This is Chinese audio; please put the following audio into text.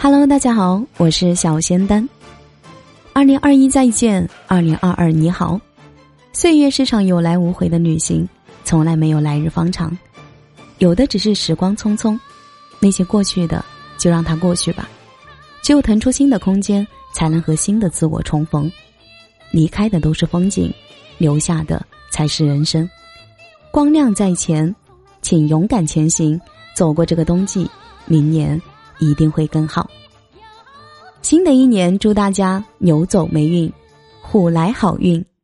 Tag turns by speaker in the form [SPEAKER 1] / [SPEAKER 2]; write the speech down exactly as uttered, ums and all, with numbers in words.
[SPEAKER 1] Hello， 大家好，我是小仙丹。二零二一再见，二零二二你好。岁月是场有来无回的旅行，从来没有来日方长，有的只是时光匆匆。那些过去的，就让它过去吧。只有腾出新的空间，才能和新的自我重逢。离开的都是风景，留下的才是人生。光亮在前，请勇敢前行，走过这个冬季，明年一定会更好。新的一年，祝大家牛走霉运，虎来好运。